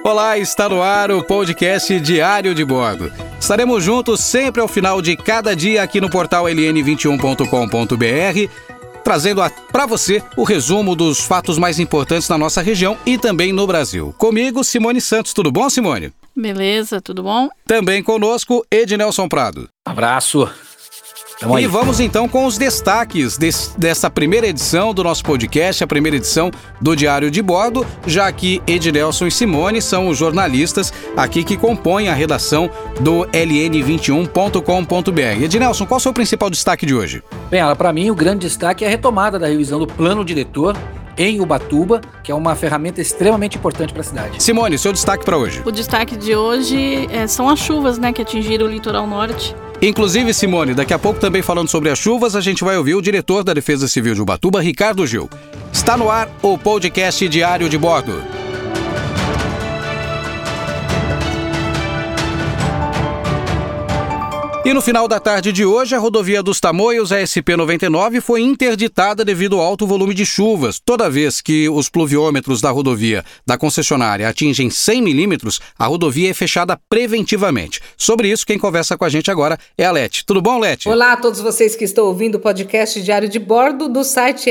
Olá, está no ar o podcast Diário de Bordo. Estaremos juntos sempre ao final de cada dia aqui no portal ln21.com.br, trazendo para você o resumo dos fatos mais importantes na nossa região e também no Brasil. Comigo, Simone Santos. Tudo bom, Simone? Beleza, tudo bom? Também conosco, Ednelson Prado. Abraço. E vamos então com os destaques dessa primeira edição do nosso podcast, a primeira edição do Diário de Bordo, já que Ednelson e Simone são os jornalistas aqui que compõem a redação do ln21.com.br. Ednelson, qual é o seu principal destaque de hoje? Bem, para mim o grande destaque é a retomada da revisão do plano diretor em Ubatuba, que é uma ferramenta extremamente importante para a cidade. Simone, seu destaque para hoje? O destaque de hoje são as chuvas, que atingiram o litoral norte. Inclusive, Simone, daqui a pouco também falando sobre as chuvas, a gente vai ouvir o diretor da Defesa Civil de Ubatuba, Ricardo Gil. Está no ar o podcast Diário de Bordo. E no final da tarde de hoje, a rodovia dos Tamoios, a SP-99, foi interditada devido ao alto volume de chuvas. Toda vez que os pluviômetros da rodovia da concessionária atingem 100 milímetros, a rodovia é fechada preventivamente. Sobre isso, quem conversa com a gente agora é a Leti. Tudo bom, Leti? Olá a todos vocês que estão ouvindo o podcast Diário de Bordo do site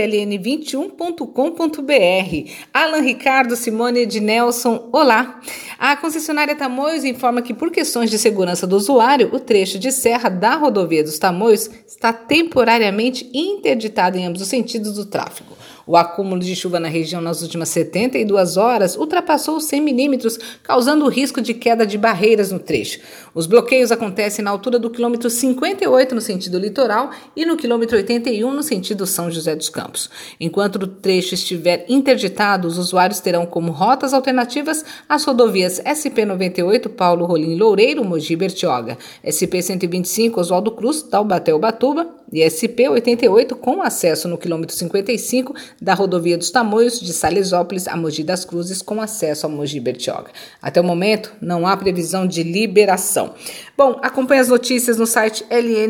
ln21.com.br. Alan, Ricardo, Simone e Ednelson, olá! A concessionária Tamoios informa que, por questões de segurança do usuário, o trecho de serra da rodovia dos Tamoios está temporariamente interditado em ambos os sentidos do tráfego. O acúmulo de chuva na região nas últimas 72 horas ultrapassou os 100 milímetros, causando o risco de queda de barreiras no trecho. Os bloqueios acontecem na altura do quilômetro 58 no sentido litoral e no quilômetro 81 no sentido São José dos Campos. Enquanto o trecho estiver interditado, os usuários terão como rotas alternativas as rodovias SP-98 Paulo Rolim Loureiro, Mogi Bertioga, SP-125 Oswaldo Cruz, Taubaté Ubatuba e SP-88 com acesso no quilômetro 55 da rodovia dos Tamoios de Salesópolis a Mogi das Cruzes com acesso a Mogi Bertioga. Até o momento, não há previsão de liberação. Bom, acompanhe as notícias no site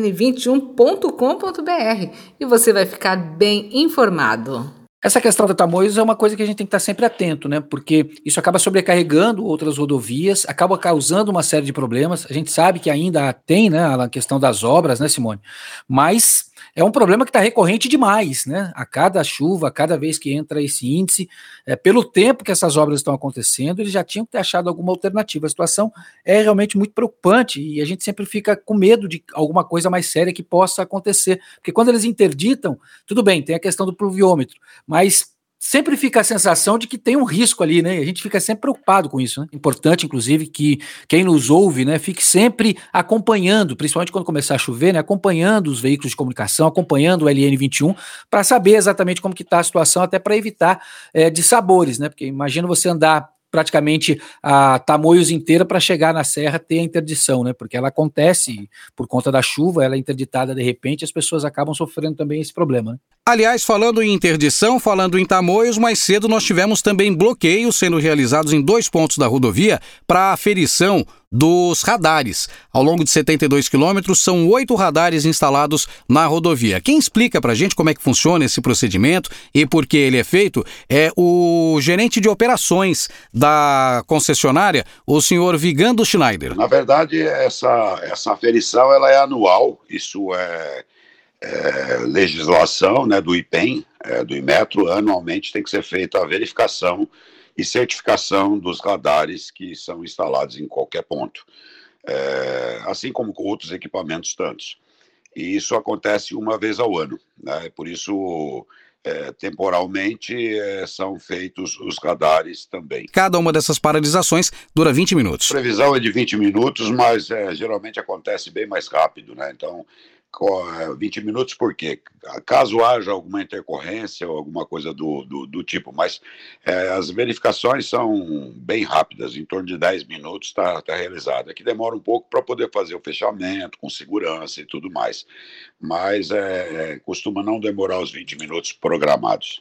ln21.com.br e você vai ficar bem informado. Essa questão da Tamoios é uma coisa que a gente tem que estar sempre atento, Porque isso acaba sobrecarregando outras rodovias, acaba causando uma série de problemas. A gente sabe que ainda tem, a questão das obras, Simone? Mas é um problema que está recorrente demais, A cada chuva, a cada vez que entra esse índice, pelo tempo que essas obras estão acontecendo, eles já tinham que ter achado alguma alternativa. A situação é realmente muito preocupante e a gente sempre fica com medo de alguma coisa mais séria que possa acontecer. Porque quando eles interditam, tudo bem, tem a questão do pluviômetro, mas sempre fica a sensação de que tem um risco ali, A gente fica sempre preocupado com isso, Importante, inclusive, que quem nos ouve, fique sempre acompanhando, principalmente quando começar a chover, acompanhando os veículos de comunicação, acompanhando o LN21, para saber exatamente como que está a situação, até para evitar dissabores, Porque imagina você andar praticamente a Tamoios inteira para chegar na serra ter a interdição, Porque ela acontece por conta da chuva, ela é interditada de repente, as pessoas acabam sofrendo também esse problema, Aliás, falando em interdição, falando em Tamoios, mais cedo nós tivemos também bloqueios sendo realizados em 2 pontos da rodovia para aferição dos radares. Ao longo de 72 quilômetros, são 8 radares instalados na rodovia. Quem explica para a gente como é que funciona esse procedimento e por que ele é feito é o gerente de operações da concessionária, o senhor Vigando Schneider. Na verdade, essa aferição ela é anual, isso é legislação do IPEM, do Inmetro. Anualmente tem que ser feita a verificação e certificação dos radares que são instalados em qualquer ponto, assim como com outros equipamentos tantos. E isso acontece uma vez ao ano, Por isso, temporalmente, são feitos os radares também. Cada uma dessas paralisações dura 20 minutos. A previsão é de 20 minutos, mas geralmente acontece bem mais rápido, Então, 20 minutos por quê? Caso haja alguma intercorrência ou alguma coisa do tipo, mas as verificações são bem rápidas, em torno de 10 minutos está realizado. Aqui demora um pouco para poder fazer o fechamento com segurança e tudo mais, mas costuma não demorar os 20 minutos programados.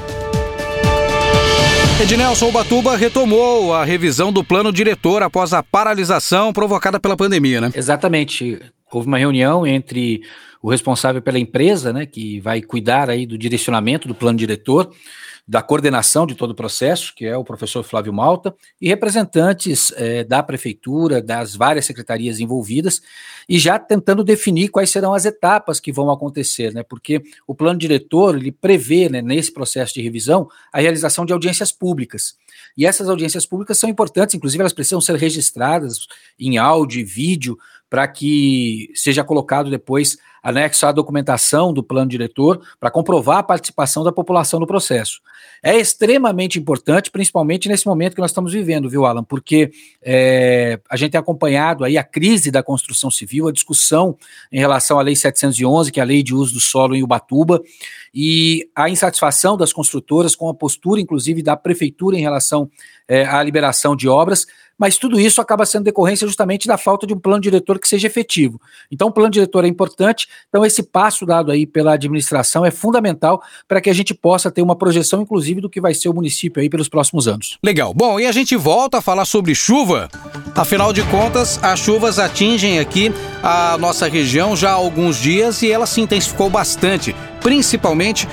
Ednelson, Ubatuba retomou a revisão do plano diretor após a paralisação provocada pela pandemia, Exatamente. Houve uma reunião entre o responsável pela empresa, né, que vai cuidar aí do direcionamento do plano diretor, da coordenação de todo o processo, que é o professor Flávio Malta, e representantes da prefeitura, das várias secretarias envolvidas, e já tentando definir quais serão as etapas que vão acontecer, né, porque o plano diretor, ele prevê, né, nesse processo de revisão, a realização de audiências públicas, e essas audiências públicas são importantes, inclusive elas precisam ser registradas em áudio e vídeo, para que seja colocado depois anexo à documentação do plano diretor para comprovar a participação da população no processo. É extremamente importante, principalmente nesse momento que nós estamos vivendo, viu, Alan? Porque a gente tem acompanhado aí a crise da construção civil, a discussão em relação à Lei 711, que é a Lei de Uso do Solo em Ubatuba, e a insatisfação das construtoras com a postura, inclusive, da prefeitura em relação à liberação de obras, mas tudo isso acaba sendo decorrência justamente da falta de um plano diretor que seja efetivo. Então, o plano diretor é importante, então esse passo dado aí pela administração é fundamental para que a gente possa ter uma projeção, inclusive, do que vai ser o município aí pelos próximos anos. Legal. Bom, e a gente volta a falar sobre chuva. Afinal de contas, as chuvas atingem aqui a nossa região já há alguns dias e ela se intensificou bastante, principalmente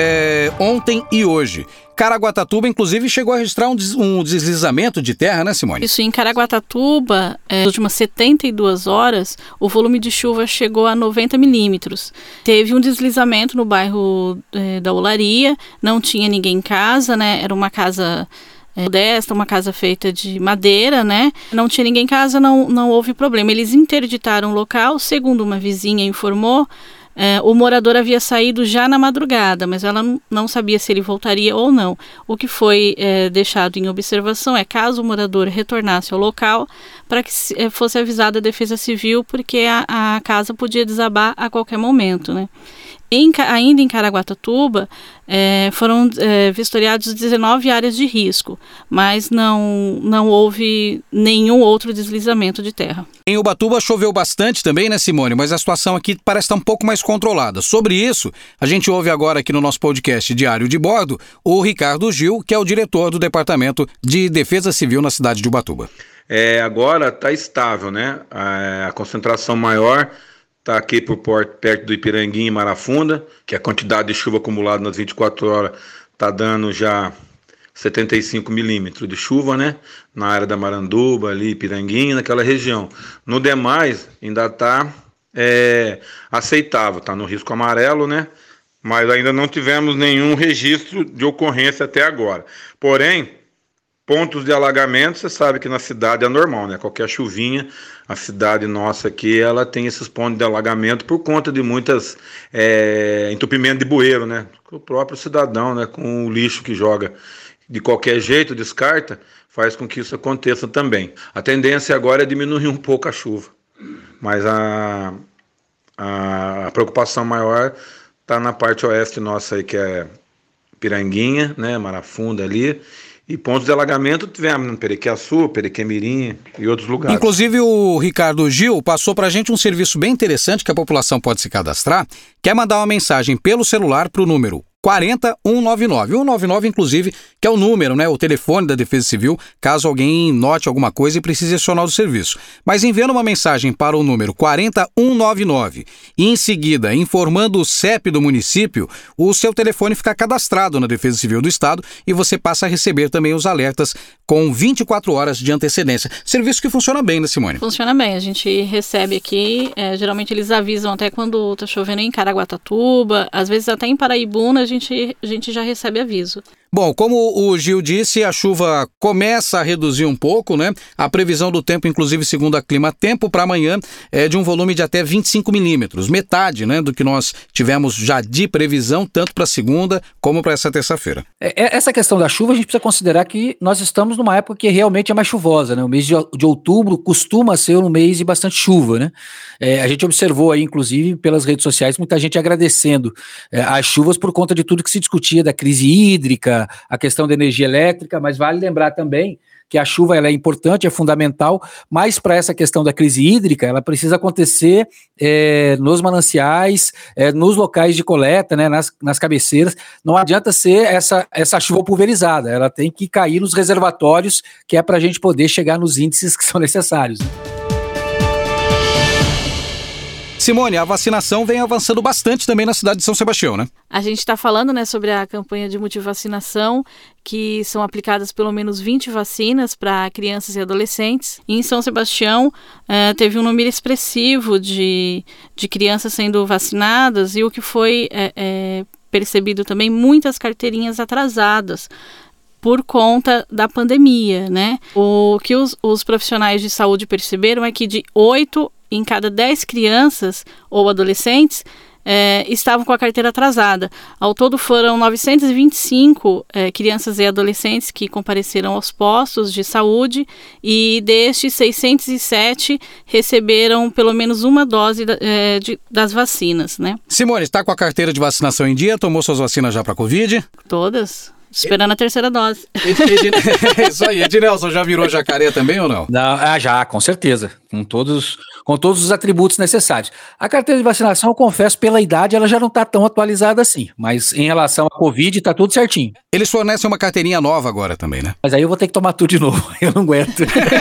ontem e hoje. Caraguatatuba, inclusive, chegou a registrar um deslizamento de terra, né, Simone? Isso, em Caraguatatuba, nas últimas 72 horas, o volume de chuva chegou a 90 milímetros. Teve um deslizamento no bairro da Olaria, não tinha ninguém em casa, né? Era uma casa modesta, uma casa feita de madeira, né? Não tinha ninguém em casa, não houve problema. Eles interditaram o local, segundo uma vizinha informou. O morador havia saído já na madrugada, mas ela não sabia se ele voltaria ou não. O que foi deixado em observação é caso o morador retornasse ao local para que fosse avisada a Defesa Civil, porque a casa podia desabar a qualquer momento, né? Ainda em Caraguatatuba, foram vistoriados 19 áreas de risco, mas não houve nenhum outro deslizamento de terra. Em Ubatuba choveu bastante também, né, Simone? Mas a situação aqui parece estar um pouco mais controlada. Sobre isso, a gente ouve agora aqui no nosso podcast Diário de Bordo o Ricardo Gil, que é o diretor do Departamento de Defesa Civil na cidade de Ubatuba. Agora está estável, né? A concentração maior está aqui perto do Ipiranguinha e Marafunda, que a quantidade de chuva acumulada nas 24 horas está dando já 75 milímetros de chuva, né? Na área da Maranduba, ali, Ipiranguinha, naquela região. No demais, ainda está aceitável, está no risco amarelo, né? Mas ainda não tivemos nenhum registro de ocorrência até agora. Porém, pontos de alagamento, você sabe que na cidade é normal, né? Qualquer chuvinha, a cidade nossa aqui, ela tem esses pontos de alagamento por conta de muitas entupimento de bueiro, né? O próprio cidadão, né? Com o lixo que joga de qualquer jeito, descarta, faz com que isso aconteça também. A tendência agora é diminuir um pouco a chuva, mas a preocupação maior está na parte oeste nossa aí, que é Piranguinha, né? Marafunda ali. E pontos de alagamento tivemos no Perequiaçu, Perequemirim e outros lugares. Inclusive o Ricardo Gil passou para a gente um serviço bem interessante que a população pode se cadastrar, que é mandar uma mensagem pelo celular para o número 40199. 199, inclusive, que é o número, né, o telefone da Defesa Civil, caso alguém note alguma coisa e precise acionar o serviço. Mas enviando uma mensagem para o número 40199 e, em seguida, informando o CEP do município, o seu telefone fica cadastrado na Defesa Civil do Estado e você passa a receber também os alertas com 24 horas de antecedência. Serviço que funciona bem, né, Simone? Funciona bem. A gente recebe aqui, geralmente eles avisam até quando está chovendo em Caraguatatuba, às vezes até em Paraibuna, a gente já recebe aviso. Bom, como o Gil disse, a chuva começa a reduzir um pouco, né? A previsão do tempo, inclusive, segundo a Clima Tempo, para amanhã é de um volume de até 25 milímetros, metade, né, do que nós tivemos já de previsão, tanto para segunda como para essa terça-feira. Essa questão da chuva, a gente precisa considerar que nós estamos numa época que realmente é mais chuvosa, né? O mês de outubro costuma ser um mês de bastante chuva, né? A gente observou aí, inclusive, pelas redes sociais, muita gente agradecendo as chuvas por conta de tudo que se discutia da crise hídrica, a questão da energia elétrica, mas vale lembrar também que a chuva ela é importante, é fundamental, mas para essa questão da crise hídrica, ela precisa acontecer nos mananciais, nos locais de coleta, né, nas cabeceiras. Não adianta ser essa chuva pulverizada, ela tem que cair nos reservatórios, que é para a gente poder chegar nos índices que são necessários. Simone, a vacinação vem avançando bastante também na cidade de São Sebastião, né? A gente está falando, né, sobre a campanha de multivacinação, que são aplicadas pelo menos 20 vacinas para crianças e adolescentes. E em São Sebastião teve um número expressivo de crianças sendo vacinadas e o que foi percebido também, muitas carteirinhas atrasadas por conta da pandemia, né? O que os profissionais de saúde perceberam é que de 8 em cada 10 crianças ou adolescentes estavam com a carteira atrasada. Ao todo foram 925 crianças e adolescentes que compareceram aos postos de saúde e destes 607 receberam pelo menos uma dose das vacinas, né? Simone, está com a carteira de vacinação em dia? Tomou suas vacinas já para a Covid? Todas. Esperando a terceira dose. Isso aí. Ednelson, já virou jacaré também ou não? Não, já, com certeza. Com todos os atributos necessários. A carteira de vacinação, eu confesso, pela idade, ela já não está tão atualizada assim. Mas em relação à Covid, está tudo certinho. Eles fornecem uma carteirinha nova agora também, né? Mas aí eu vou ter que tomar tudo de novo. Eu não aguento.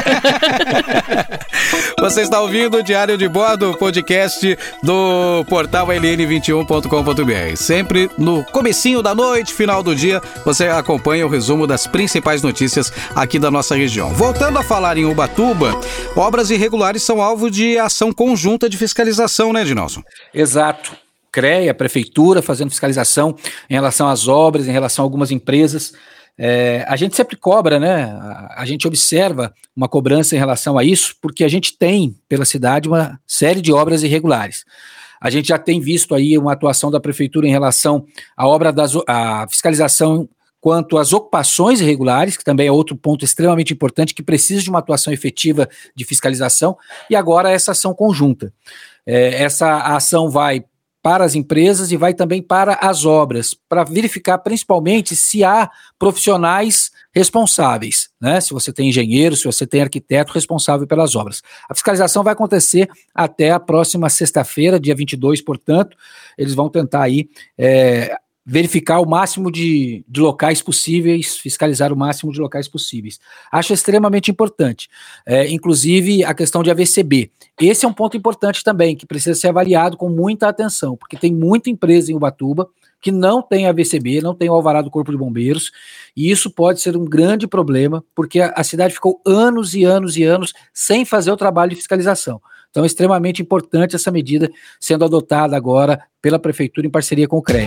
Você está ouvindo o Diário de Bordo, podcast do portal ln21.com.br. Sempre no comecinho da noite, final do dia, você acompanha o resumo das principais notícias aqui da nossa região. Voltando a falar em Ubatuba, obras irregulares são alvo de ação conjunta de fiscalização, né, Ednelson? Exato. CREA, Prefeitura, fazendo fiscalização em relação às obras, em relação a algumas empresas. A gente sempre cobra, né? A gente observa uma cobrança em relação a isso, porque a gente tem, pela cidade, uma série de obras irregulares. A gente já tem visto aí uma atuação da Prefeitura em relação à à fiscalização quanto às ocupações irregulares, que também é outro ponto extremamente importante, que precisa de uma atuação efetiva de fiscalização, e agora essa ação conjunta. Essa ação vai para as empresas e vai também para as obras, para verificar principalmente se há profissionais responsáveis, né? Se você tem engenheiro, se você tem arquiteto responsável pelas obras. A fiscalização vai acontecer até a próxima sexta-feira, dia 22, portanto, eles vão tentar aí verificar o máximo de locais possíveis, fiscalizar o máximo de locais possíveis. Acho extremamente importante. Inclusive, a questão de AVCB. Esse é um ponto importante também, que precisa ser avaliado com muita atenção, porque tem muita empresa em Ubatuba que não tem AVCB, não tem o alvará do Corpo de Bombeiros, e isso pode ser um grande problema, porque a cidade ficou anos e anos e anos sem fazer o trabalho de fiscalização. Então é extremamente importante essa medida sendo adotada agora pela Prefeitura em parceria com o CREA.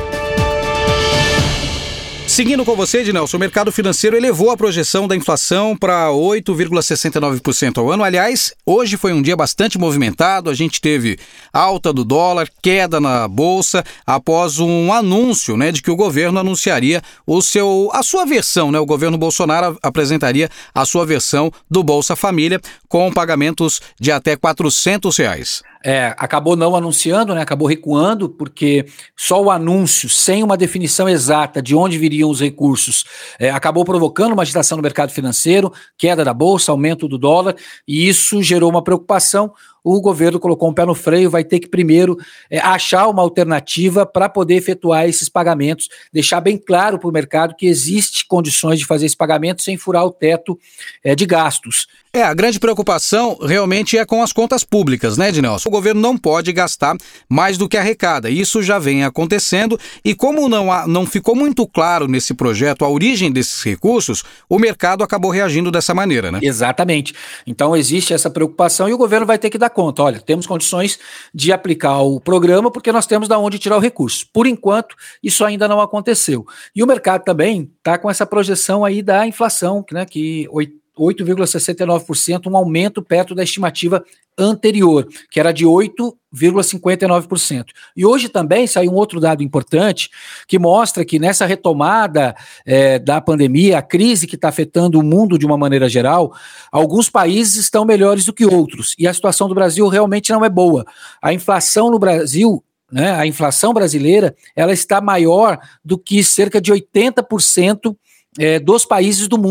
Seguindo com você, Ednelson, o mercado financeiro elevou a projeção da inflação para 8,69% ao ano. Aliás, hoje foi um dia bastante movimentado. A gente teve alta do dólar, queda na bolsa, após um anúncio, né, de que o governo anunciaria a sua versão, né? O governo Bolsonaro apresentaria a sua versão do Bolsa Família com pagamentos de até R$400. Acabou não anunciando, né? Acabou recuando, porque só o anúncio, sem uma definição exata de onde viriam os recursos, acabou provocando uma agitação no mercado financeiro, queda da bolsa, aumento do dólar, e isso gerou uma preocupação. O governo colocou um pé no freio, vai ter que primeiro achar uma alternativa para poder efetuar esses pagamentos, deixar bem claro para o mercado que existe condições de fazer esse pagamento sem furar o teto de gastos. A grande preocupação realmente é com as contas públicas, né, Ednelson? O governo não pode gastar mais do que arrecada. Isso já vem acontecendo e como não ficou muito claro nesse projeto a origem desses recursos, o mercado acabou reagindo dessa maneira, né? Exatamente. Então existe essa preocupação e o governo vai ter que dar conta. Olha, temos condições de aplicar o programa porque nós temos de onde tirar o recurso. Por enquanto, isso ainda não aconteceu. E o mercado também está com essa projeção aí da inflação, né, que 8,69%, um aumento perto da estimativa anterior, que era de 8,59%. E hoje também saiu um outro dado importante que mostra que nessa retomada da pandemia, a crise que está afetando o mundo de uma maneira geral, alguns países estão melhores do que outros, e a situação do Brasil realmente não é boa. A inflação no Brasil, né, a inflação brasileira, ela está maior do que cerca de 80% dos países do mundo.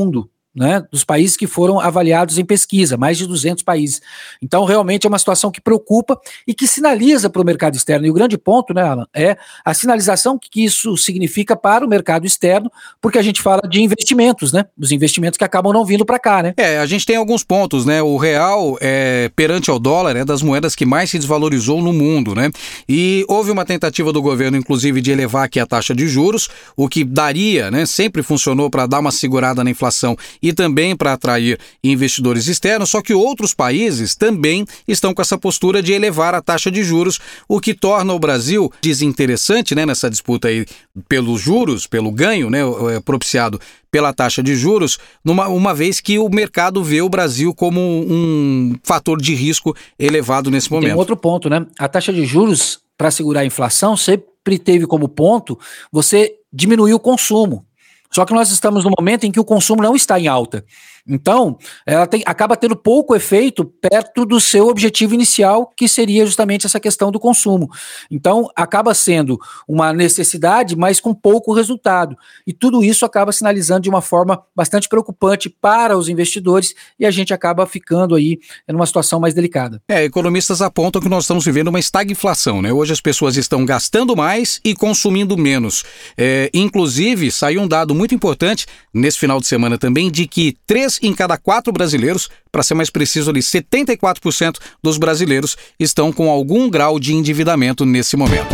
né, dos países que foram avaliados em pesquisa, mais de 200 países. Então, realmente é uma situação que preocupa e que sinaliza para o mercado externo. E o grande ponto, né, Alan, é a sinalização que isso significa para o mercado externo, porque a gente fala de investimentos, né, os investimentos que acabam não vindo para cá, né? A gente tem alguns pontos, né? O real, perante ao dólar, é das moedas que mais se desvalorizou no mundo, né? E houve uma tentativa do governo, inclusive, de elevar aqui a taxa de juros, o que daria, né? Sempre funcionou para dar uma segurada na inflação e também para atrair investidores externos, só que outros países também estão com essa postura de elevar a taxa de juros, o que torna o Brasil desinteressante, né, nessa disputa aí pelos juros, pelo ganho, né, propiciado pela taxa de juros, uma vez que o mercado vê o Brasil como um fator de risco elevado nesse momento. Tem um outro ponto, né? A taxa de juros, para segurar a inflação, sempre teve como ponto você diminuir o consumo. Só que nós estamos no momento em que o consumo não está em alta. Então, ela acaba tendo pouco efeito perto do seu objetivo inicial, que seria justamente essa questão do consumo. Então, acaba sendo uma necessidade, mas com pouco resultado. E tudo isso acaba sinalizando de uma forma bastante preocupante para os investidores e a gente acaba ficando aí numa situação mais delicada. Economistas apontam que nós estamos vivendo uma estagflação, né? Hoje as pessoas estão gastando mais e consumindo menos. Inclusive, saiu um dado muito importante nesse final de semana também, de que 3 em cada 4 brasileiros, para ser mais preciso ali, 74% dos brasileiros estão com algum grau de endividamento nesse momento.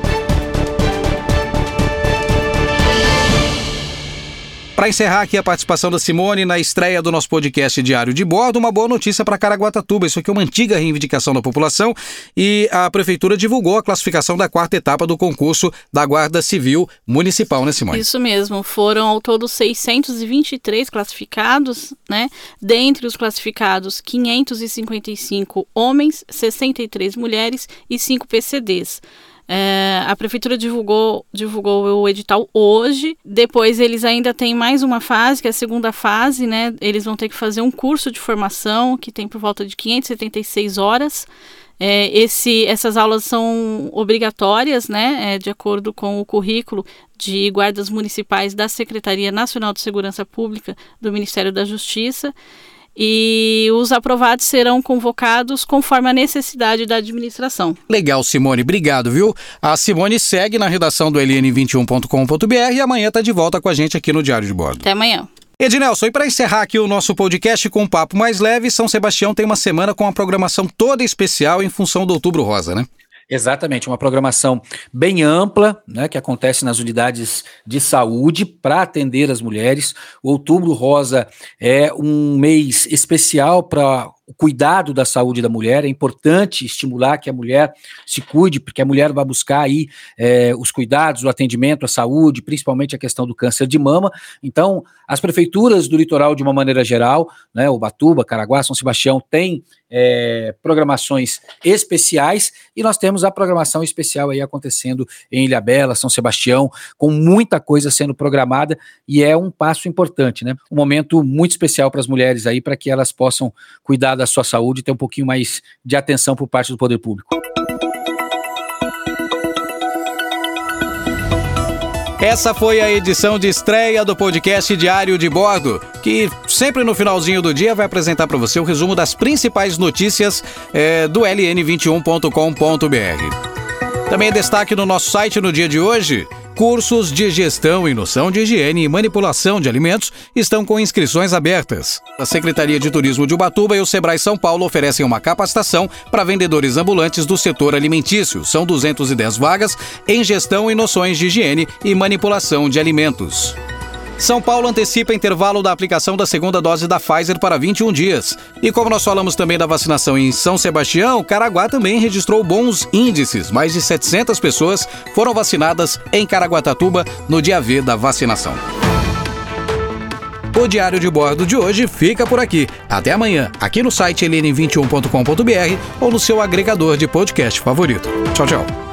Para encerrar aqui a participação da Simone na estreia do nosso podcast Diário de Bordo, uma boa notícia para Caraguatatuba. Isso aqui é uma antiga reivindicação da população e a Prefeitura divulgou a classificação da 4ª etapa do concurso da Guarda Civil Municipal, né, Simone? Isso mesmo, foram ao todo 623 classificados, né? Dentre os classificados, 555 homens, 63 mulheres e 5 PCDs. A Prefeitura divulgou o edital hoje. Depois eles ainda têm mais uma fase, que é a segunda fase, né? Eles vão ter que fazer um curso de formação que tem por volta de 576 horas. Essas aulas são obrigatórias, né? De acordo com o currículo de guardas municipais da Secretaria Nacional de Segurança Pública do Ministério da Justiça. E os aprovados serão convocados conforme a necessidade da administração. Legal, Simone, obrigado, viu? A Simone segue na redação do ln21.com.br e amanhã está de volta com a gente aqui no Diário de Bordo. Até amanhã. Ednelson, e para encerrar aqui o nosso podcast com um papo mais leve, São Sebastião tem uma semana com uma programação toda especial em função do Outubro Rosa, né? Exatamente, uma programação bem ampla, né, que acontece nas unidades de saúde para atender as mulheres. O Outubro Rosa é um mês especial para o cuidado da saúde da mulher. É importante estimular que a mulher se cuide, porque a mulher vai buscar aí os cuidados, o atendimento à saúde, principalmente a questão do câncer de mama. Então, as prefeituras do litoral, de uma maneira geral, né, Ubatuba, Caraguá, São Sebastião, têm programações especiais, e nós temos a programação especial aí acontecendo em Ilhabela, São Sebastião, com muita coisa sendo programada, e é um passo importante, né? Um momento muito especial para as mulheres aí, para que elas possam cuidar da sua saúde e ter um pouquinho mais de atenção por parte do poder público. Essa foi a edição de estreia do podcast Diário de Bordo, que sempre no finalzinho do dia vai apresentar para você o resumo das principais notícias do ln21.com.br. Também é destaque no nosso site no dia de hoje: cursos de gestão e noção de higiene e manipulação de alimentos estão com inscrições abertas. A Secretaria de Turismo de Ubatuba e o Sebrae São Paulo oferecem uma capacitação para vendedores ambulantes do setor alimentício. São 210 vagas em gestão e noções de higiene e manipulação de alimentos. São Paulo antecipa intervalo da aplicação da segunda dose da Pfizer para 21 dias. E como nós falamos também da vacinação em São Sebastião, Caraguá também registrou bons índices. Mais de 700 pessoas foram vacinadas em Caraguatatuba no dia V da vacinação. O Diário de Bordo de hoje fica por aqui. Até amanhã, aqui no site ln21.com.br ou no seu agregador de podcast favorito. Tchau, tchau.